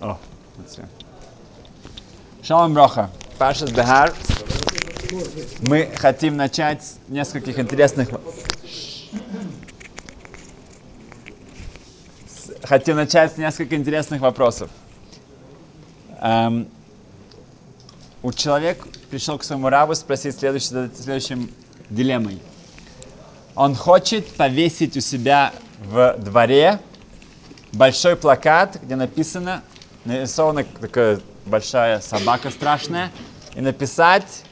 О, Шалом броха. Пашас Бехар. Мы хотим начать с нескольких интересных... вопросов. У человека пришел к своему рабу спросить следующим дилеммой. Он хочет повесить у себя в дворе большой плакат, где нарисована такая большая собака страшная, и написать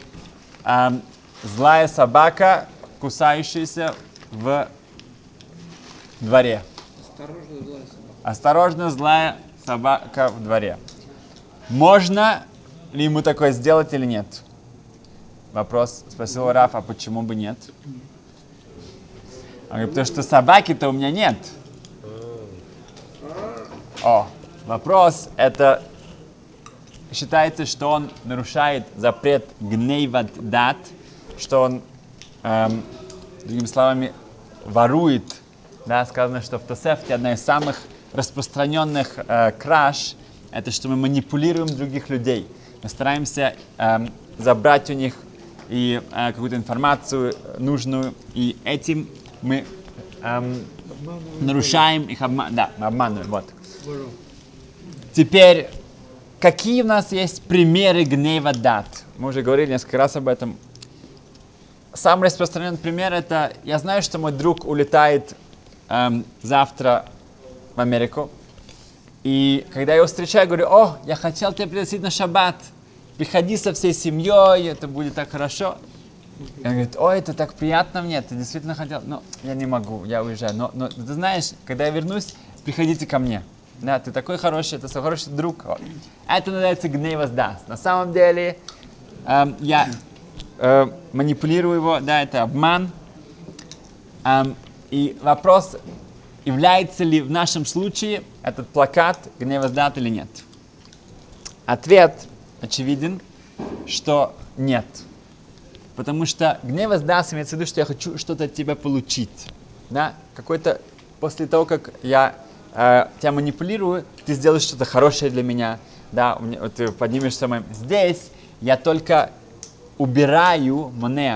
«Злая собака, кусающаяся в дворе». Осторожно, злая собака в дворе. Можно ли ему такое сделать или нет? Вопрос спросил Рав, а почему бы нет? Он говорит, потому что собаки-то у меня нет. Вопрос, это считается, что он нарушает запрет гнейват дат, что он, другими словами, ворует. Да, сказано, что в Тосефте одна из самых распространенных краж, это что мы манипулируем других людей. Мы стараемся забрать у них и какую-то информацию нужную, и этим мы нарушаем их мы обманываем. Вот. Теперь, какие у нас есть примеры гнева дат? Мы уже говорили несколько раз об этом. Самый распространенный пример это, я знаю, что мой друг улетает завтра в Америку, и когда я его встречаю, говорю, я хотел тебя пригласить на шаббат, приходи со всей семьей, это будет так хорошо. И он говорит, это так приятно мне, ты действительно хотел, но я не могу, я уезжаю, но ты знаешь, когда я вернусь, приходите ко мне. Да, ты такой хороший, ты свой хороший друг. Это называется гневас дас. На самом деле, я манипулирую его, да, это обман. И вопрос, является ли в нашем случае этот плакат гневас дат или нет? Ответ очевиден, что нет. Потому что гневас дас имеется в виду, что я хочу что-то от тебя получить. Да? Какой-то, после того, как я тебя манипулирую, ты сделаешь что-то хорошее для меня, да, ты поднимешься моим. Здесь я только убираю,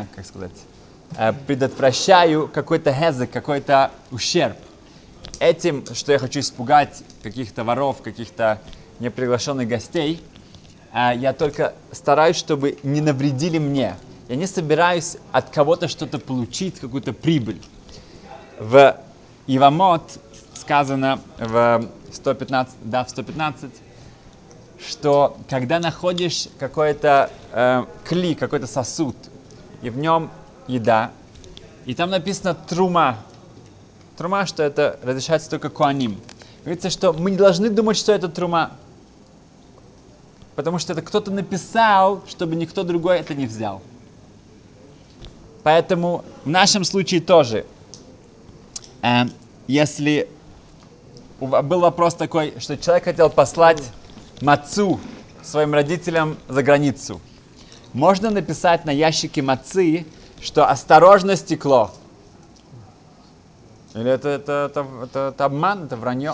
предотвращаю какой-то хезек, какой-то ущерб. Этим, что я хочу испугать каких-то воров, каких-то неприглашенных гостей, я только стараюсь, чтобы не навредили мне. Я не собираюсь от кого-то что-то получить, какую-то прибыль. В Ивамот сказано в 115, что когда находишь какой-то кли, какой-то сосуд, и в нем еда, и там написано трума. Трума, что это разрешается только коаним. Говорится, что мы не должны думать, что это трума, потому что это кто-то написал, чтобы никто другой это не взял. Поэтому в нашем случае тоже, если был вопрос такой, что человек хотел послать мацу своим родителям за границу, можно написать на ящике мацы, что осторожно стекло. Или это обман, это вранье.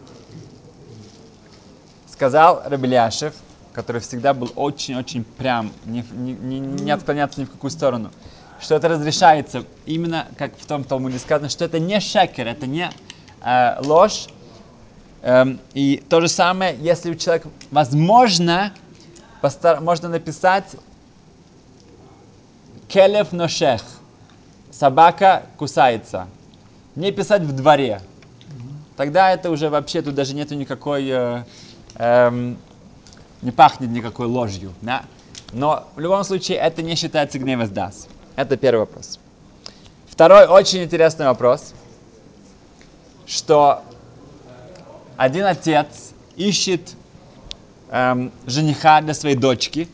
Сказал Рабби Элиашев, который всегда был очень-очень прям, не отклоняться ни в какую сторону, что это разрешается, именно как в том Талмуде сказано, что это не шекер, это не ложь. И то же самое, если у человека, возможно, можно написать келев ношех, собака кусается. Не писать в дворе. Тогда это уже вообще, тут даже нету никакой, не пахнет никакой ложью. Да? Но в любом случае это не считается гневас дас. Это первый вопрос. Второй очень интересный вопрос, что один отец ищет жениха для своей дочки,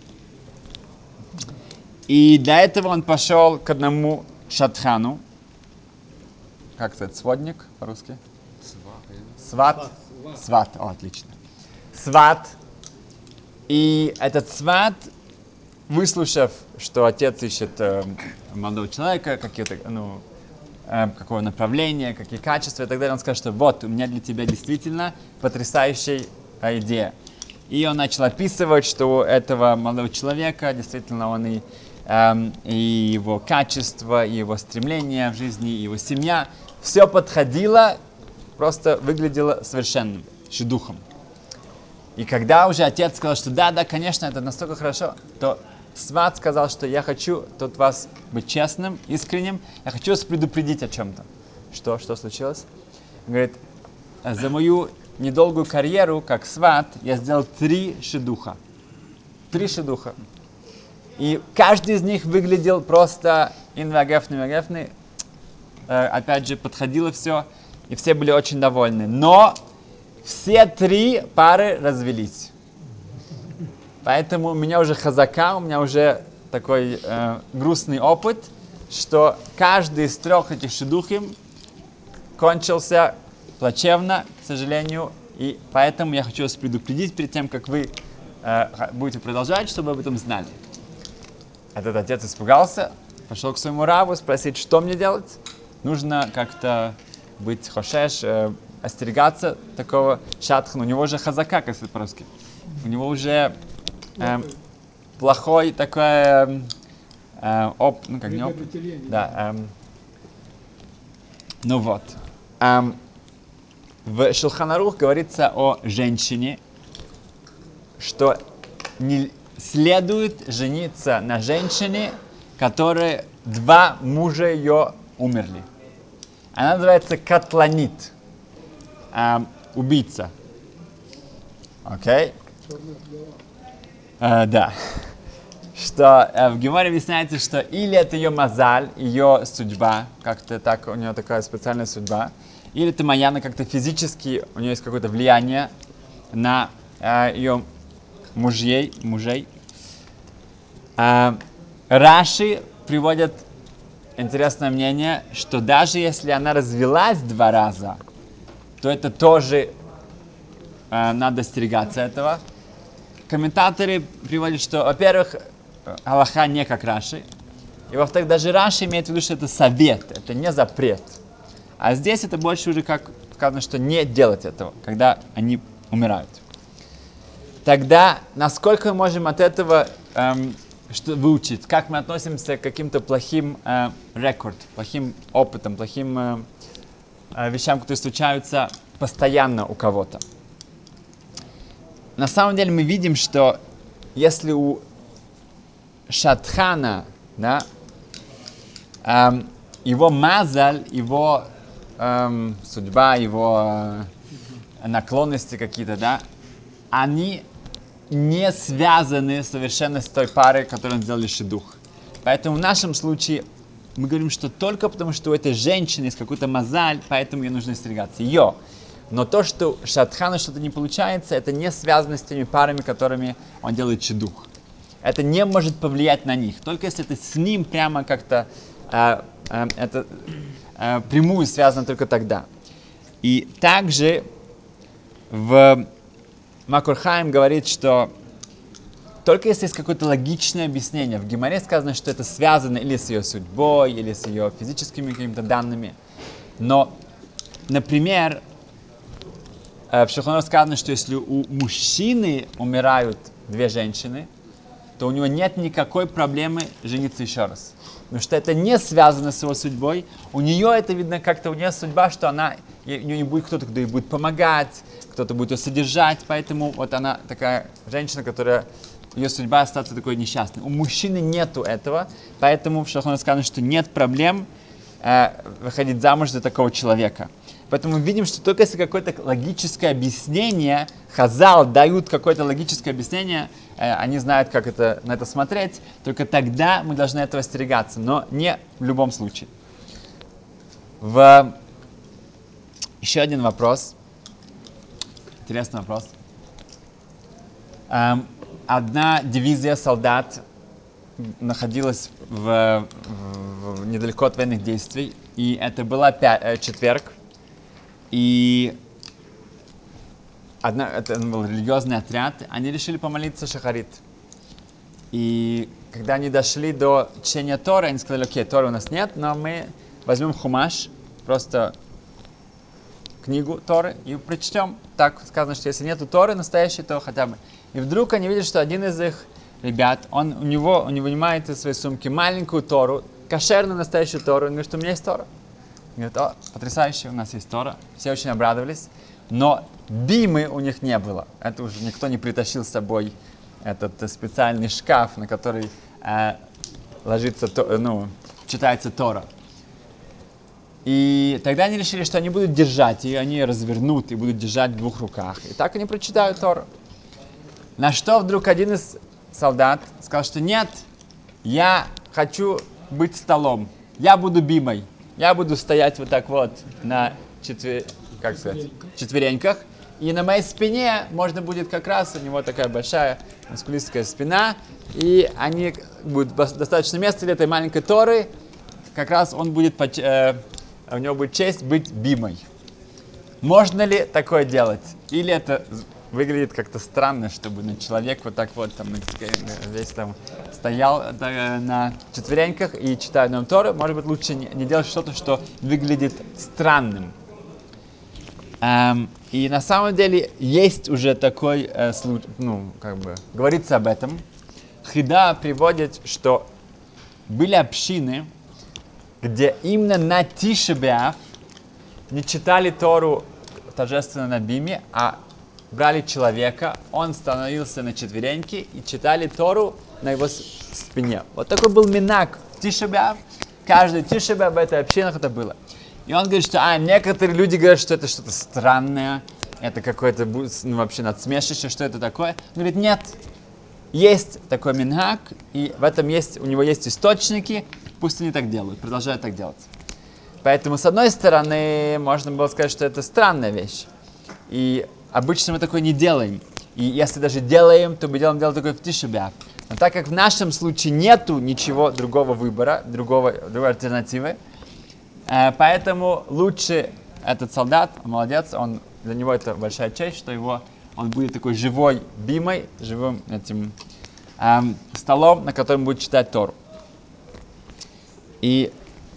и для этого он пошел к одному шатхану. Как сказать, сводник по-русски? Сват. Сват, отлично. Сват. И этот сват, выслушав, что отец ищет молодого человека, какое направление, какие качества и так далее, он скажет, что вот, у меня для тебя действительно потрясающий идея. И он начал описывать, что у этого молодого человека действительно и его качество, и его стремление в жизни, и его семья, все подходило, просто выглядело совершенным, шедухом. И когда уже отец сказал, что да, конечно, это настолько хорошо, то сват сказал, что я хочу тут вас быть честным, искренним, я хочу вас предупредить о чем-то. Что случилось? Он говорит, за мою недолгую карьеру, как сват, я сделал 3 шедуха. 3 шедуха. И каждый из них выглядел просто инвагефный. Опять же, подходило все, и все были очень довольны. Но все 3 пары развелись. Поэтому у меня уже хазака, у меня уже такой грустный опыт, что каждый из 3 этих шедухим кончился плачевно, к сожалению. И поэтому я хочу вас предупредить перед тем, как вы будете продолжать, чтобы об этом знали. Этот отец испугался, пошел к своему раву спросить, что мне делать. Нужно как-то быть хошеш, остерегаться такого шатхана. У него уже хазака, как сказать по-русски. У него уже плохой такой ну вот. В Шулхан Арух говорится о женщине, что не следует жениться на женщине, которые 2 мужа ее умерли. Она называется катланит, убийца. Окей? Да. Что в Геморе объясняется, что или это ее мазаль, ее судьба, как-то так, у нее такая специальная судьба, или это Маяна как-то физически, у нее есть какое-то влияние на ее мужей. Раши приводят интересное мнение, что даже если она развелась 2 раза, то это тоже надо остерегаться этого. Комментаторы приводят, что, во-первых, Аллаха не как Раши, и во-вторых, даже Раши имеет в виду, что это совет, это не запрет. А здесь это больше уже как сказано, что не делать этого, когда они умирают. Тогда насколько мы можем от этого выучить, как мы относимся к каким-то плохим плохим опытам, плохим вещам, которые случаются постоянно у кого-то. На самом деле мы видим, что если у шатхана, да, его мазаль, его судьба, его наклонности какие-то, да, они не связаны совершенно с той парой, которую он сделал шедух. Поэтому в нашем случае мы говорим, что только потому, что у этой женщины есть какой-то мазаль, поэтому ей нужно остерегаться ее. Но то, что шатхану что-то не получается, это не связано с теми парами, которыми он делает шедух. Это не может повлиять на них. Только если это с ним прямо как-то прямую связано только тогда. И также в Макор Хаим говорит, что только если есть какое-то логичное объяснение. В Гемаре сказано, что это связано или с ее судьбой, или с ее физическими какими-то данными. Но, например, в Шулхан Арух сказано, что если у мужчины умирают 2 женщины, то у него нет никакой проблемы жениться еще раз. Потому что это не связано с его судьбой. У нее это видно как-то, у нее судьба, что у нее не будет кто-то, кто ей будет помогать, кто-то будет ее содержать. Поэтому вот она такая женщина, которая, ее судьба остаться такой несчастной. У мужчины нету этого, поэтому в Шулхан Арух сказано, что нет проблем выходить замуж за такого человека. Поэтому мы видим, что только если какое-то логическое объяснение, Хазал дают какое-то логическое объяснение, они знают, как на это смотреть, только тогда мы должны этого остерегаться, но не в любом случае. Еще один вопрос. Интересный вопрос. Одна дивизия солдат находилась недалеко от военных действий, и это был четверг. И это был религиозный отряд, они решили помолиться шахарит. И когда они дошли до чтения Торы, они сказали: окей, Торы у нас нет, но мы возьмем хумаш, просто книгу Торы и прочтем. Так сказано, что если нету Торы настоящей, то хотя бы. И вдруг они видят, что один из их ребят, он вынимает из своей сумки маленькую Тору, кошерную настоящую Тору, он говорит, что у меня есть Тора. Он говорит, о, потрясающе, у нас есть Тора. Все очень обрадовались, но бимы у них не было. Это уже никто не притащил с собой этот специальный шкаф, на который ложится, читается Тора. И тогда они решили, что они будут держать ее, они ее развернут и будут держать в двух руках. И так они прочитают Тору. На что вдруг один из солдат сказал, что нет, я хочу быть столом, я буду бимой, я буду стоять вот так вот на четвереньках, и на моей спине можно будет как раз, у него такая большая мускулистская спина, и они будут достаточно места для этой маленькой Торы, как раз он будет, у него будет честь быть бимой. Можно ли такое делать? Или это выглядит как-то странно, чтобы человек вот так вот там, весь там стоял на четвереньках и читает нам Тору? Может быть, лучше не делать что-то, что выглядит странным. И на самом деле есть уже такой случай, говорится об этом. Хида приводит, что были общины, где именно на Тише б'Ав не читали Тору торжественно на биме, а брали человека, он становился на четвереньки и читали Тору на его спине. Вот такой был минак в Тише б'Ав. Каждый Тише б'Ав в этой общинах это было. И он говорит, что некоторые люди говорят, что это что-то странное, это какое-то вообще надсмешище, что это такое. Он говорит, нет, есть такой минхаг, и в этом у него есть источники, пусть они так делают, продолжают так делать. Поэтому, с одной стороны, можно было сказать, что это странная вещь. И обычно мы такое не делаем. И если даже делаем, то мы делаем такое в Тише б'Ав. Но так как в нашем случае нету ничего другого выбора, другой альтернативы, поэтому лучше этот солдат, он молодец, для него это большая честь, что он будет такой живой бимой, живым этим столом, на котором будет читать Тору. И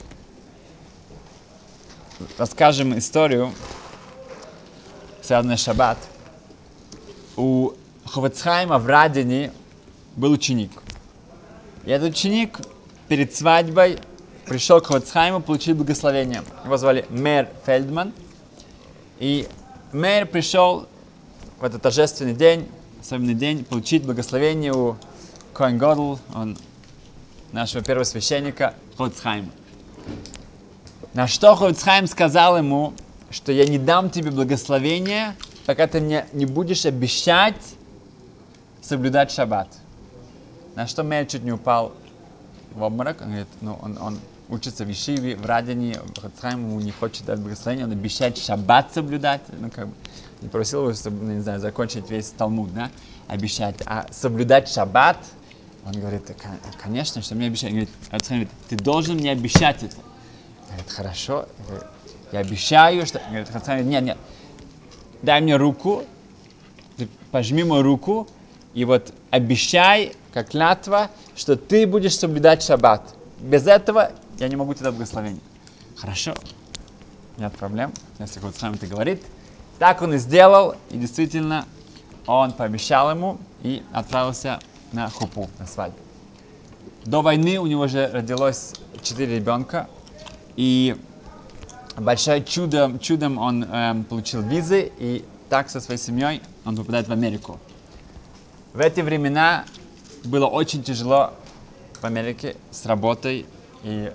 расскажем историю, связанную с Шаббат. У Хафец Хаима в Радине был ученик. И этот ученик перед свадьбой пришел к Хафец Хаиму получить благословение. Его звали Мейер Фельдман. И Мейер пришел в этот торжественный день, особенный день, получить благословение у Коэн Гадол, нашего первого священника Хафец Хаима. На что Хафец Хаим сказал ему, что я не дам тебе благословения, пока ты мне не будешь обещать соблюдать шаббат. На что Мейер чуть не упал в обморок. Он говорит, он учится в Ешиве, в Радине, Хафец Хаим ему не хочет дать благословение, он обещает шаббат соблюдать. Не просил его, чтобы, закончить весь Талмуд, обещать. А соблюдать шаббат, он говорит, конечно, что мне обещать. Он говорит, Хафец Хаим говорит, ты должен мне обещать это. Говорит, хорошо, я обещаю, что... Говорит, Хафец Хаим говорит, нет, дай мне руку, ты пожми мою руку, и вот обещай, как клятва, что ты будешь соблюдать шаббат. Без этого я не могу тебе дать благословение. Хорошо, нет проблем, если Хафец Хаим это говорит. Так он и сделал, и действительно, он пообещал ему и отправился на хупу, на свадьбу. До войны у него же родилось 4 ребенка, и большим чудом он получил визы, и так со своей семьей он попадает в Америку. В эти времена было очень тяжело в Америке с работой, и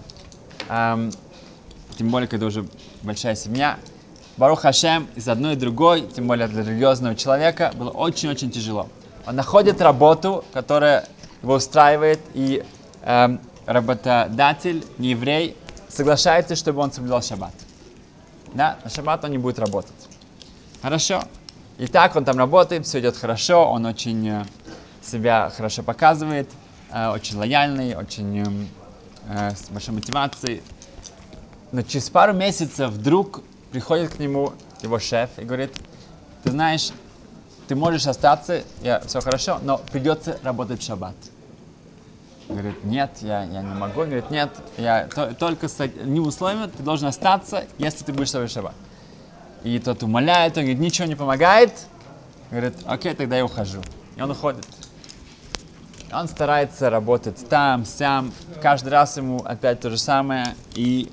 тем более, когда уже большая семья. Барух Хашем, из одной и другой, тем более для религиозного человека, было очень-очень тяжело. Он находит работу, которая его устраивает, и работодатель, не еврей, соглашается, чтобы он соблюдал шаббат. Да, на шаббат он не будет работать. Хорошо. И так он там работает, все идет хорошо, он очень себя хорошо показывает, очень лояльный, очень с большой мотивацией. Но через пару месяцев вдруг приходит к нему его шеф и говорит, ты знаешь, ты можешь остаться, все хорошо, но придется работать в шаббат. Говорит, нет, я не могу. Говорит, нет, я только с одним условием, ты должен остаться, если ты будешь соблюдать шаббат. И тот умоляет, он говорит, ничего не помогает. Говорит, окей, тогда я ухожу. И он уходит. Он старается работать там, сям. Каждый раз ему опять то же самое. И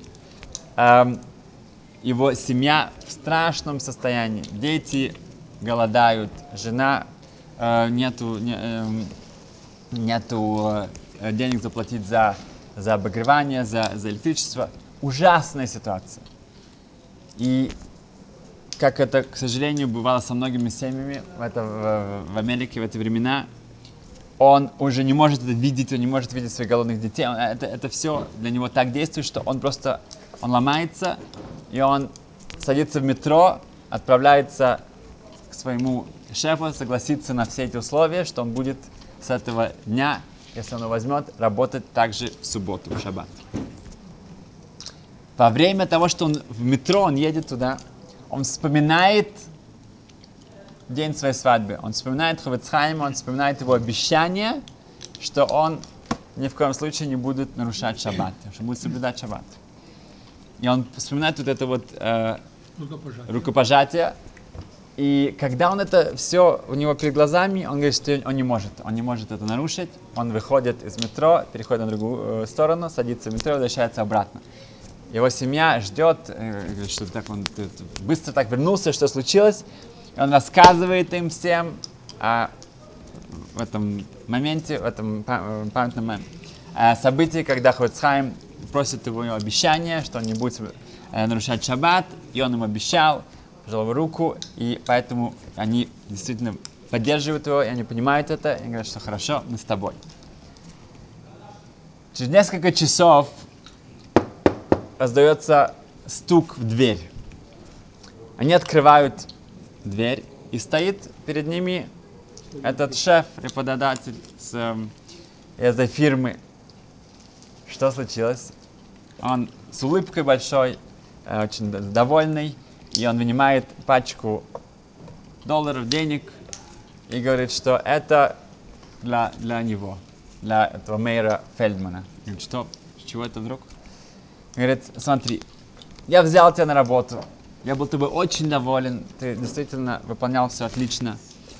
его семья в страшном состоянии. Дети голодают, жена нету денег заплатить за обогревание, за электричество. Ужасная ситуация. И как это, к сожалению, бывало со многими семьями в Америке в эти времена, он уже не может это видеть, он не может видеть своих голодных детей. Это все для него так действует, что он ломается, и он садится в метро, отправляется к своему шефу, согласится на все эти условия, что он будет с этого дня, если он его возьмет, работать также в субботу, в шаббат. Во время того, что он в метро, он едет туда, он вспоминает день своей свадьбы, он вспоминает Хафец Хаима, он вспоминает его обещание, что он ни в коем случае не будет нарушать шаббат, что будет соблюдать шаббат. И он вспоминает вот это вот рукопожатие. И когда он это все у него перед глазами, он говорит, что он не может это нарушить. Он выходит из метро, переходит на другую сторону, садится в метро и возвращается обратно. Его семья ждет, говорит, что так он быстро так вернулся, что случилось. И он рассказывает им всем в этом моменте, в этом памятном событии, когда Хафец Хаим просит его обещание, что он не будет нарушать шаббат, и он им обещал, пожал его руку, и поэтому они действительно поддерживают его, и они понимают это, и говорят, что хорошо, мы с тобой. Через несколько часов раздается стук в дверь. Они открывают дверь, и стоит перед ними этот шеф, работодатель из этой фирмы. Что случилось? Он с улыбкой большой, очень довольный, и он вынимает пачку долларов, денег, и говорит, что это для него, для этого Мейера Фельдмана. Говорит, что? С чего это вдруг? Говорит, смотри, я взял тебя на работу, я был тобой очень доволен, ты действительно выполнял все отлично,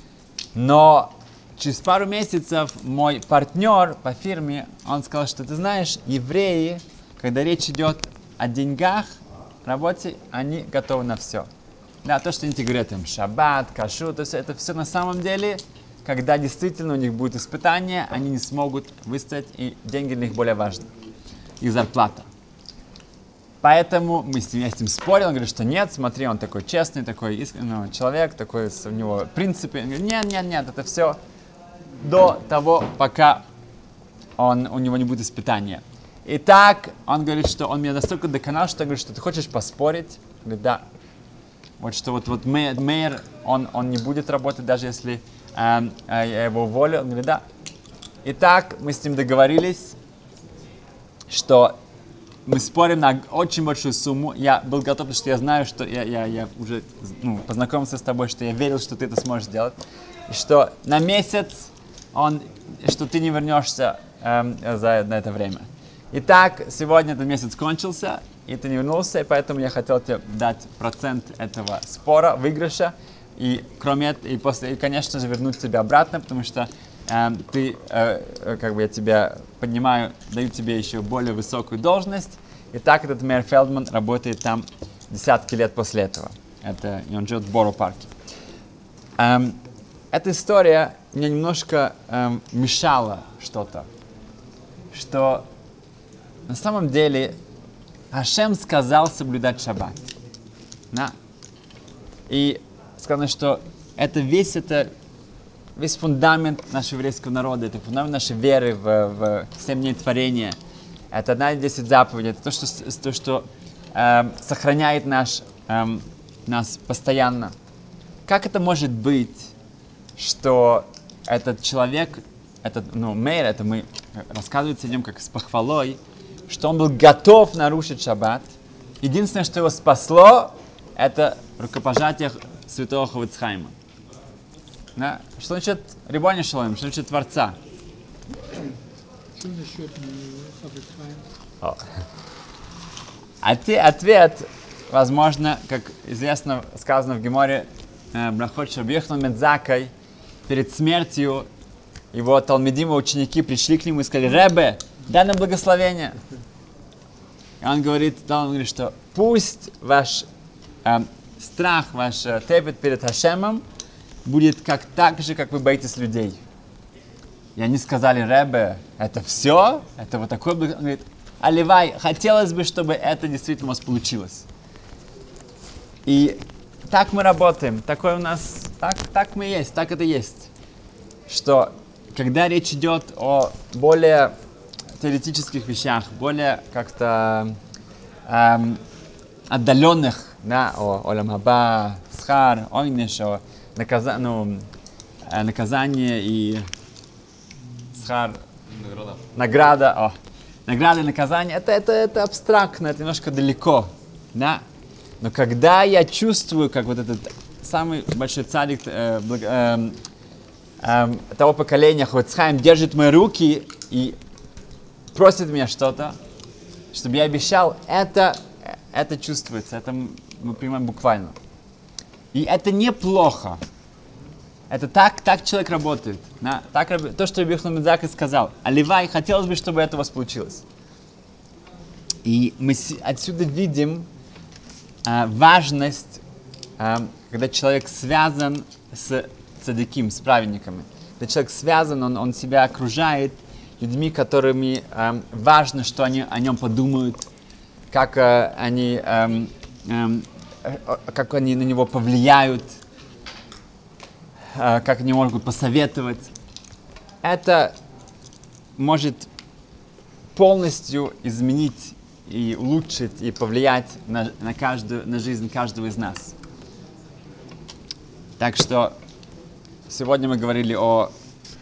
но через пару месяцев мой партнер по фирме, он сказал, что ты знаешь, евреи, когда речь идет о деньгах, работе, они готовы на все. Да, то, что они тебе говорят, им шаббат, кашу, это все на самом деле, когда действительно у них будет испытание, они не смогут выстоять, и деньги для них более важны, их зарплата. Поэтому мы с ним спорили, он говорит, что нет, смотри, он такой честный, такой искренний человек, такой у него принципы. Он говорит, нет, это все до того, пока у него не будет испытания. И так он говорит, что он меня настолько доконал, что говорит, что ты хочешь поспорить? Он говорит, да. Вот что вот Мейер, он не будет работать, даже если я его уволю. Он говорит, да. И так мы с ним договорились, что мы спорим на очень большую сумму. Я был готов, потому что я знаю, что я уже познакомился с тобой, что я верил, что ты это сможешь сделать. И что на месяц, что ты не вернешься на это время. Итак, сегодня этот месяц кончился, и ты не вернулся, и поэтому я хотел тебе дать процент этого спора, выигрыша, и кроме этого, и конечно же, вернуть тебя обратно, потому что ты, я тебя понимаю, дают тебе еще более высокую должность. И так этот Мейер Фельдман работает там десятки лет после этого. И он живет в Боро-парке. Эта история мне немножко мешала что-то. Что на самом деле Ашем сказал соблюдать шаббат. Да? И сказано, что это весь фундамент нашего еврейского народа, это фундамент нашей веры в 7 дней творения. Это одна из 10 заповедей, это то, что сохраняет нас постоянно. Как это может быть, что этот человек, Мейер, это мы рассказывается о нем как с похвалой, что он был готов нарушить шаббат. Единственное, что его спасло, это рукопожатие святого Хафец Хаима. Да? Что значит Рибони Шолом? Что значит Творца? Что насчет Хафец Хаим? Ответ возможно, как известно, сказано в Геморе, Брахот Раби Йоханан бен Заккай, перед смертью его талмидим, ученики пришли к нему и сказали: Ребе, дай нам благословение. И он говорит, что пусть ваш страх, ваш трепет перед Хашемом будет так же, как вы боитесь людей. И они сказали: Ребе, это все? Это вот такой благословение? Он говорит: Аливай, хотелось бы, чтобы это действительно у вас получилось. И так мы работаем, такой у нас, так мы есть, так это есть. Что когда речь идет о более теоретических вещах, более как-то отдаленных, да, о Олам Хаба, Схар, Ойнеш, о наказание и Схар, награда и наказание, это абстрактно, это немножко далеко, да. Но когда я чувствую, как вот этот самый большой цадик того поколения, Хафец Хаим, держит мои руки и просит меня что-то, чтобы я обещал, это чувствуется, это мы понимаем буквально. И это неплохо. Это так человек работает. Да? То, что Раби Йоханан бен Заккай сказал. Аливай, хотелось бы, чтобы это у вас получилось. И мы отсюда видим важность, когда человек связан с цадиким, с праведниками. Когда человек связан, он себя окружает людьми, которыми важно, что они о нем подумают, как они на него повлияют, как они могут посоветовать. Это может полностью изменить и улучшить, и повлиять на жизнь каждого из нас. Так что сегодня мы говорили о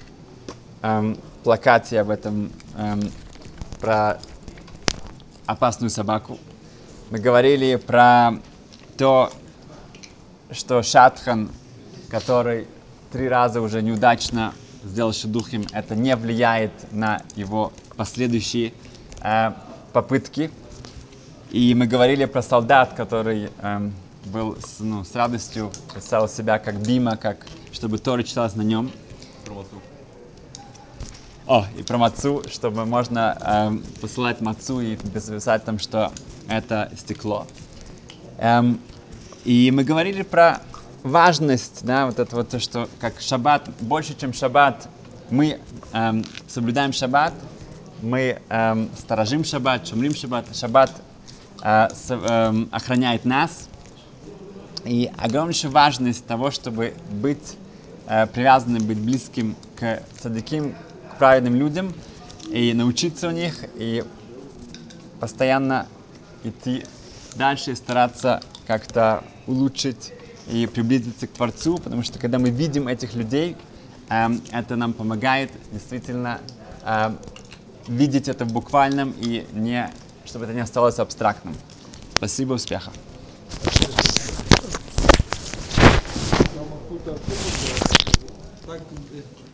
плакате об этом, про опасную собаку. Мы говорили про то, что Шатхан, который 3 раза уже неудачно сделал шидухим, это не влияет на его последующие попытки. И мы говорили про солдат, который был с радостью представил себя как бима, как чтобы Тора читалась на нем. И про мацу, чтобы можно посылать мацу и писать там, что это стекло. И мы говорили про важность, да, вот это вот то, что как шаббат, больше, чем шаббат, мы соблюдаем шаббат, мы сторожим шаббат, шумрим шаббат, шаббат охраняет нас. И огромнейшая важность того, чтобы быть привязанным, быть близким к цадиким, к праведным людям, и научиться у них, и постоянно идти дальше и стараться как-то улучшить и приблизиться к Творцу, потому что когда мы видим этих людей, это нам помогает действительно видеть это в буквальном и чтобы это не осталось абстрактным. Спасибо, успеха. Так